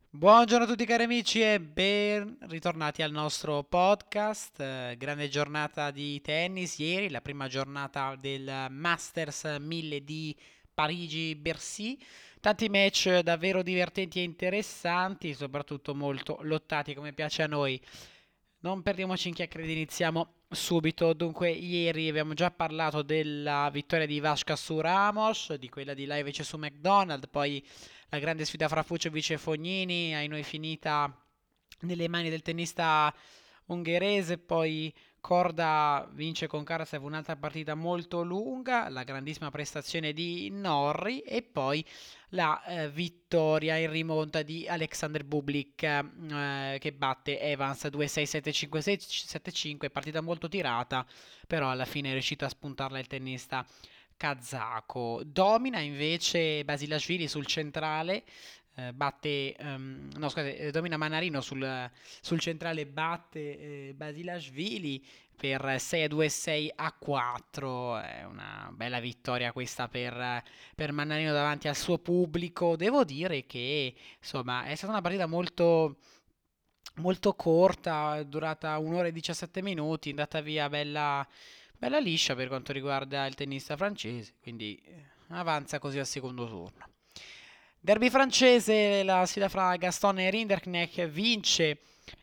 Buongiorno a tutti cari amici e ben ritornati al nostro podcast. Grande giornata di tennis ieri, la prima giornata del Masters 1000 di Parigi-Bercy. Tanti match davvero divertenti e interessanti, soprattutto molto lottati come piace a noi. Non perdiamoci in chiacchiere, iniziamo subito. Dunque, ieri abbiamo già parlato della vittoria di Vasca su Ramos, di quella di Lajovic su McDonald, poi la grande sfida fra Fuciovic e Fognini, ai noi finita nelle mani del tennista ungherese, poi Korda vince con Karatsev un'altra partita molto lunga, la grandissima prestazione di Norri e poi la vittoria in rimonta di Alexander Bublik che batte Evans 2-6, 7-5, 7-5, partita molto tirata, però alla fine è riuscito a spuntarla il tennista kazako. Domina invece Basilashvili sul centrale, batte, no scusate, domina Manarino sul centrale, batte Basilashvili per 6-2, 6-4. È una bella vittoria questa per Mannarino davanti al suo pubblico. Devo dire che insomma è stata una partita molto corta, durata 1 ora e 17 minuti, andata via bella liscia per quanto riguarda il tennista francese, quindi avanza così al secondo turno. Derby francese, la sfida fra Gaston e Rinderknecht, vince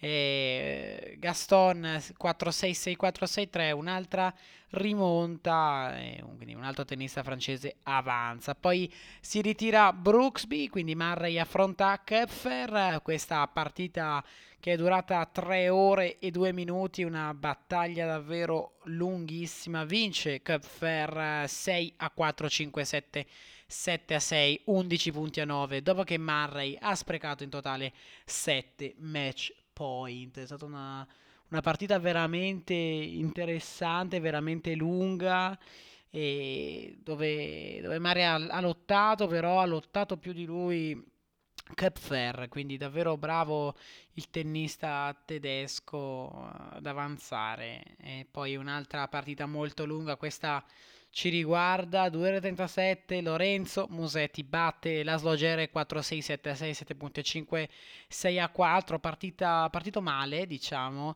Gaston 4-6, 6-4, 6-3, un'altra rimonta, quindi un altro tennista francese avanza. Poi si ritira Brooksby, quindi Murray affronta Köpfer, questa partita che è durata 3 ore e 2 minuti, una battaglia davvero lunghissima. Vince Köpfer 6 a 4, 5 7, 7 a 6, 11 punti a 9, dopo che Murray ha sprecato in totale 7 match point. È stata una partita veramente interessante, veramente lunga, e dove Murray ha lottato, però ha lottato più di lui Köpfer, quindi davvero bravo il tennista tedesco ad avanzare. E poi un'altra partita molto lunga, questa ci riguarda, 2 ore e 37, Lorenzo Musetti batte Laszlo Djere 4-6, 7-6, 7.5, 6-4, partito male diciamo.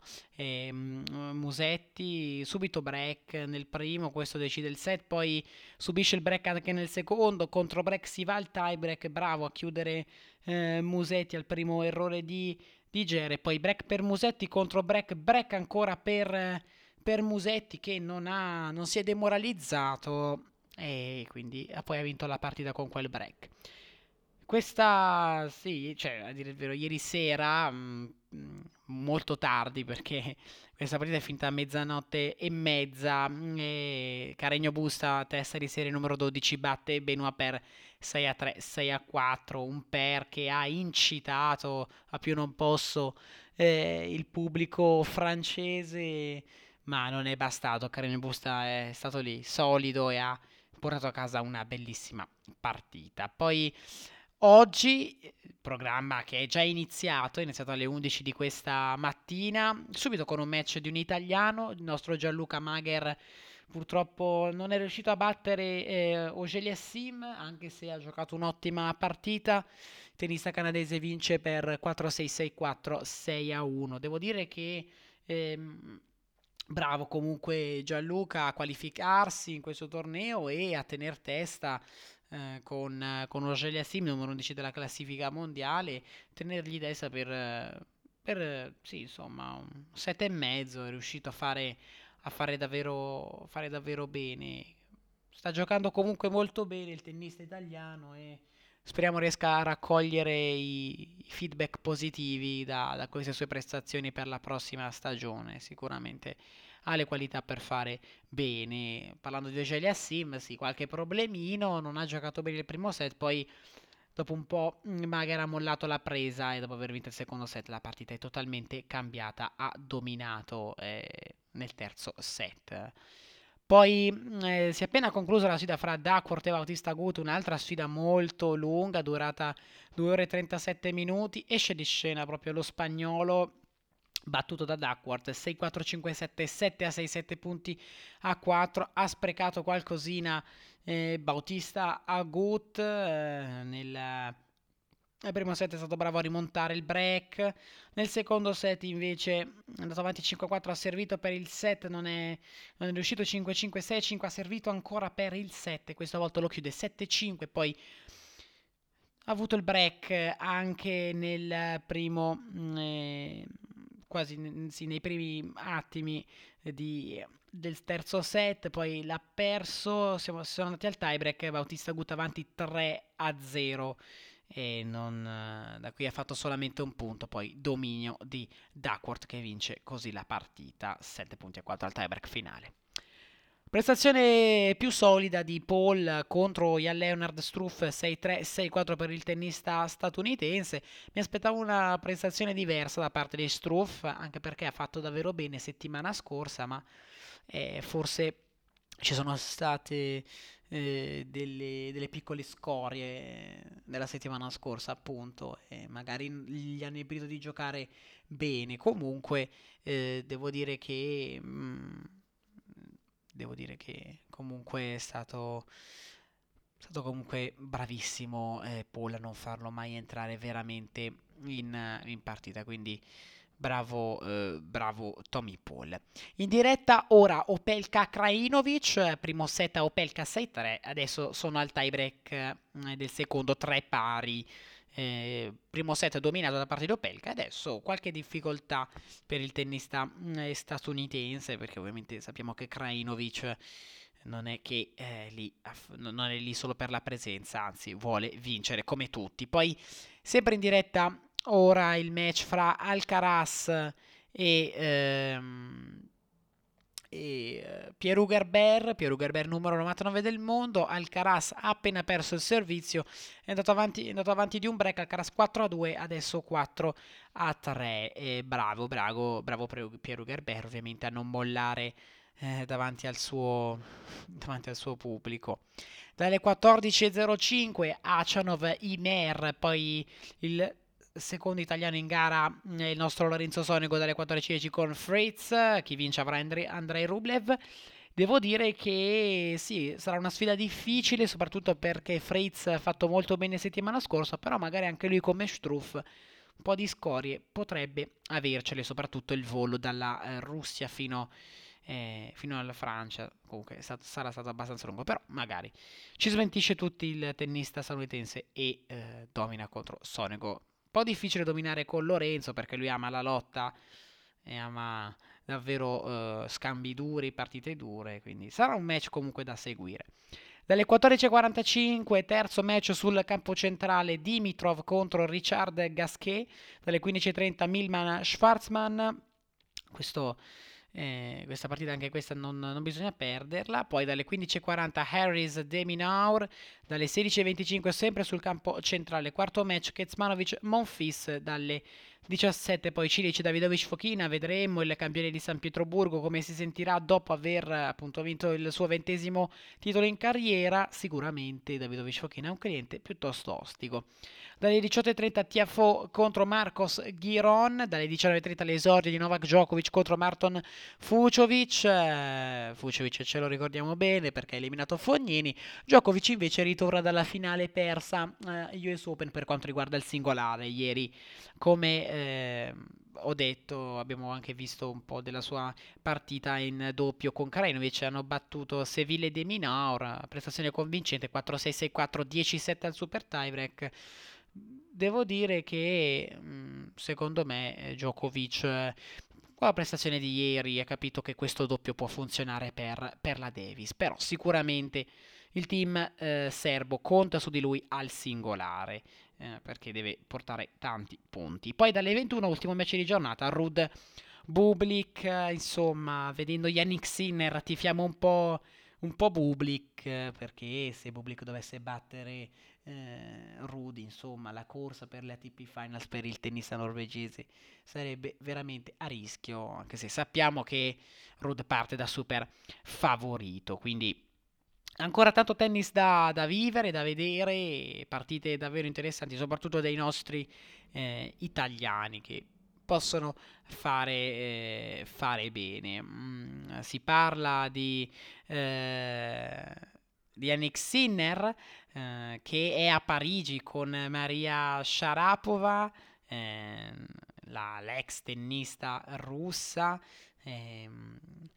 Musetti subito break nel primo, questo decide il set, poi subisce il break anche nel secondo, contro break si va al tie break, bravo a chiudere Musetti al primo errore di Gere, poi break per Musetti contro break, break ancora per Musetti che non si è demoralizzato e quindi poi ha vinto la partita con quel break. Questa, sì, cioè, a dire il vero, ieri sera, molto tardi perché questa partita è finita a mezzanotte e mezza. E Carregno Busta, testa di serie numero 12, batte Benoit per 6 a 3, 6 a 4. Un per che ha incitato a più non posso il pubblico francese, ma non è bastato. Carregno Busta è stato lì solido e ha portato a casa una bellissima partita. Poi oggi, programma che è iniziato alle 11 di questa mattina, subito con un match di un italiano, il nostro Gianluca Mager purtroppo non è riuscito a battere Auger-Aliassime, anche se ha giocato un'ottima partita. Il tennista canadese vince per 4-6-6-4, 6-1. Devo dire che bravo comunque Gianluca a qualificarsi in questo torneo e a tener testa con Rogelia Sim, numero 11 della classifica mondiale, tenergli testa sì, insomma, un 7 e mezzo, è riuscito fare davvero bene. Sta giocando comunque molto bene il tennista italiano e speriamo riesca a raccogliere i feedback positivi da queste sue prestazioni per la prossima stagione. Sicuramente ha le qualità per fare bene. Parlando di Ogelia Sim, sì, qualche problemino, non ha giocato bene il primo set, poi dopo un po' Mager ha mollato la presa e dopo aver vinto il secondo set la partita è totalmente cambiata, ha dominato nel terzo set. Poi si è appena conclusa la sfida fra Duckworth e Bautista Agut, un'altra sfida molto lunga, durata 2 ore e 37 minuti. Esce di scena proprio lo spagnolo battuto da Duckworth 6-4-5-7, 7-6, 7 punti a 4. Ha sprecato qualcosina Bautista Agut Nel primo set è stato bravo a rimontare il break. Nel secondo set invece è andato avanti 5-4, ha servito per il set, non è riuscito 5-5-6-5, ha servito ancora per il 7, questa volta lo chiude 7-5, poi ha avuto il break anche nel primo, sì, nei primi attimi del terzo set, poi l'ha perso, sono andati al tiebreak, Bautista Agut avanti 3-0 e da qui ha fatto solamente un punto, poi dominio di Duckworth che vince così la partita, 7-4 al tiebreak finale. Prestazione più solida di Paul contro Jan Leonard Struff 6-3, 6-4 per il tennista statunitense. Mi aspettavo una prestazione diversa da parte di Struff, anche perché ha fatto davvero bene settimana scorsa, ma forse ci sono state delle piccole scorie della settimana scorsa, appunto, e magari gli hanno impedito di giocare bene. Comunque, devo dire che comunque è stato comunque bravissimo Paul a non farlo mai entrare veramente in partita, quindi bravo Tommy Paul. In diretta ora Opelka Krajinovic, primo set a Opelka 6-3, adesso sono al tiebreak del secondo 3 pari. Primo set dominato da parte di Opelka, adesso qualche difficoltà per il tennista statunitense, perché ovviamente sappiamo che Krajinovic non è che non è lì solo per la presenza, anzi vuole vincere come tutti. Poi sempre in diretta ora il match fra Alcaraz e, ehm, Pierre Hugerbert numero 99 del mondo. Alcaraz ha appena perso il servizio, è andato avanti di un break. Alcaraz 4-2, adesso 4-3. Bravo Pierre Hugerbert ovviamente a non mollare davanti al suo pubblico. Dalle 14.05 Achanov Imer, poi il secondo italiano in gara il nostro Lorenzo Sonego dalle 14.10 con Fritz, chi vince avrà Andrei Rublev. Devo dire che sì, sarà una sfida difficile, soprattutto perché Fritz ha fatto molto bene settimana scorsa, però magari anche lui come Struff un po' di scorie potrebbe avercele, soprattutto il volo dalla Russia fino alla Francia. Comunque sarà stato abbastanza lungo, però magari ci smentisce tutti il tennista statunitense e domina contro Sonego. Un po' difficile dominare con Lorenzo perché lui ama la lotta e ama davvero scambi duri, partite dure, quindi sarà un match comunque da seguire. Dalle 14.45 terzo match sul campo centrale Dimitrov contro Richard Gasquet, dalle 15.30 Milman Schwarzman, questa partita anche questa non bisogna perderla. Poi dalle 15.40 Harris De Minaur, dalle 16.25 sempre sul campo centrale quarto match Kecmanovic Monfils, dalle 17 poi Cilic Davidovic Fokina. Vedremo il campione di San Pietroburgo come si sentirà dopo aver appunto vinto il suo 20° titolo in carriera. Sicuramente Davidovic Fokina è un cliente piuttosto ostico. Dalle 18.30 Tiafoe contro Marcos Giron, dalle 19.30 l'esordio di Novak Djokovic contro Marton Fuciovic. Fuciovic ce lo ricordiamo bene perché ha eliminato Fognini. Djokovic invece ritorna dalla finale persa US Open per quanto riguarda il singolare. Ieri, come ho detto, abbiamo anche visto un po' della sua partita in doppio con Krajinovic. Hanno battuto Seville De Minaur, prestazione convincente 4-6-6-4, 10-7 al super tiebreak. Devo dire che secondo me Djokovic con la prestazione di ieri ha capito che questo doppio può funzionare per la Davis, però sicuramente il team serbo conta su di lui al singolare perché deve portare tanti punti. Poi dalle 21 ultimo match di giornata Rud Bublik, insomma, vedendo Yannick Sinner tifiamo un po' Bublik perché se Bublik dovesse battere Rudy, insomma, la corsa per le ATP Finals per il tennista norvegese sarebbe veramente a rischio, anche se sappiamo che Rudd parte da super favorito, quindi ancora tanto tennis da vivere, da vedere, partite davvero interessanti, soprattutto dei nostri italiani che possono fare bene. Si parla di di Yannick Sinner, che è a Parigi con Maria Sharapova, ehm, l'ex tennista russa. ehm,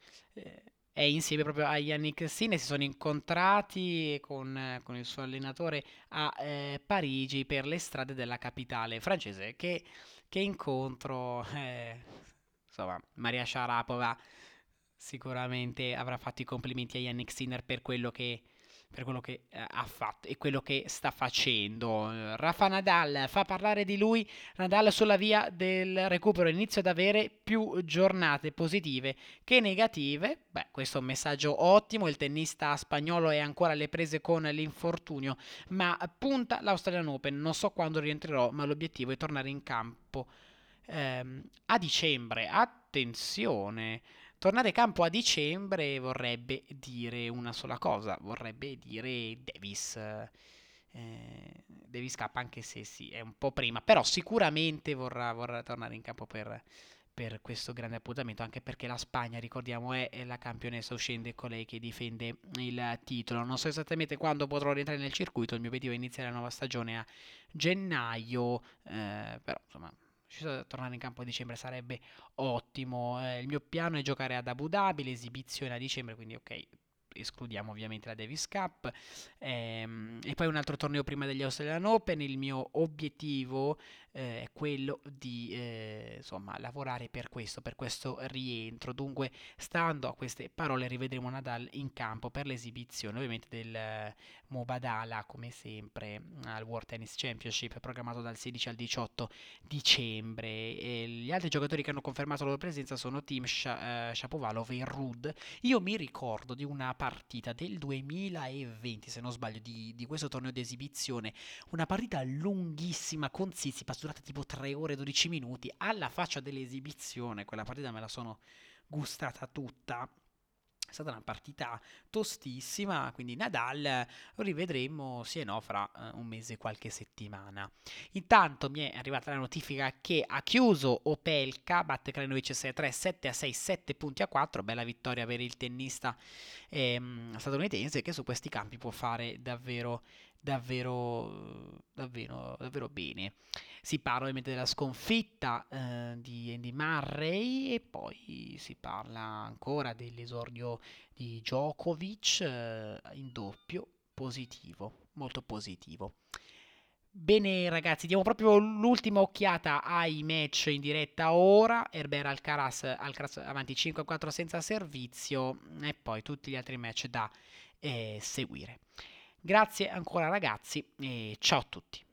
è insieme proprio a Yannick Sinner, si sono incontrati con il suo allenatore a Parigi per le strade della capitale francese. Che incontro, insomma, Maria Sharapova sicuramente avrà fatto i complimenti a Yannick Sinner per quello che ha fatto e quello che sta facendo. Rafa Nadal fa parlare di lui. Nadal sulla via del recupero inizia ad avere più giornate positive che negative. Beh, questo è un messaggio ottimo. Il tennista spagnolo è ancora alle prese con l'infortunio, ma punta l'Australian Open. Non so quando rientrerò, ma l'obiettivo è tornare in campo a dicembre. Attenzione. Tornare in campo a dicembre vorrebbe dire una sola cosa, vorrebbe dire Davis. Davis Cup, anche se sì, è un po' prima, però sicuramente vorrà tornare in campo per questo grande appuntamento, anche perché la Spagna, ricordiamo, è la campionessa uscente, colei che difende il titolo. Non so esattamente quando potrò rientrare nel circuito, il mio obiettivo è iniziare la nuova stagione a gennaio, però insomma, tornare in campo a dicembre sarebbe ottimo. Il mio piano è giocare ad Abu Dhabi, l'esibizione a dicembre, quindi ok. Escludiamo ovviamente la Davis Cup e poi un altro torneo prima degli Australian Open. Il mio obiettivo è quello di insomma lavorare per questo rientro. Dunque, stando a queste parole, rivedremo Nadal in campo per l'esibizione ovviamente del Mubadala, come sempre, al World Tennis Championship programmato dal 16 al 18 dicembre. E gli altri giocatori che hanno confermato la loro presenza sono Tim Shapovalov e Ruud. Io mi ricordo di una partita del 2020, se non sbaglio, di questo torneo di esibizione, una partita lunghissima con Tsitsipas, durata tipo 3 ore e 12 minuti, alla faccia dell'esibizione. Quella partita me la sono gustata tutta. È stata una partita tostissima, quindi Nadal lo rivedremo sì e no fra un mese e qualche settimana. Intanto mi è arrivata la notifica che ha chiuso Opelka, batte Krajinovic 6-3, 7-6, 7 punti a 4, bella vittoria per il tennista statunitense che su questi campi può fare davvero bene. Si parla ovviamente della sconfitta di Andy Murray e poi si parla ancora dell'esordio di Djokovic in doppio positivo, molto positivo. Bene ragazzi, diamo proprio l'ultima occhiata ai match in diretta ora. Herbert Alcaraz avanti 5-4 senza servizio e poi tutti gli altri match da seguire. Grazie ancora ragazzi e ciao a tutti.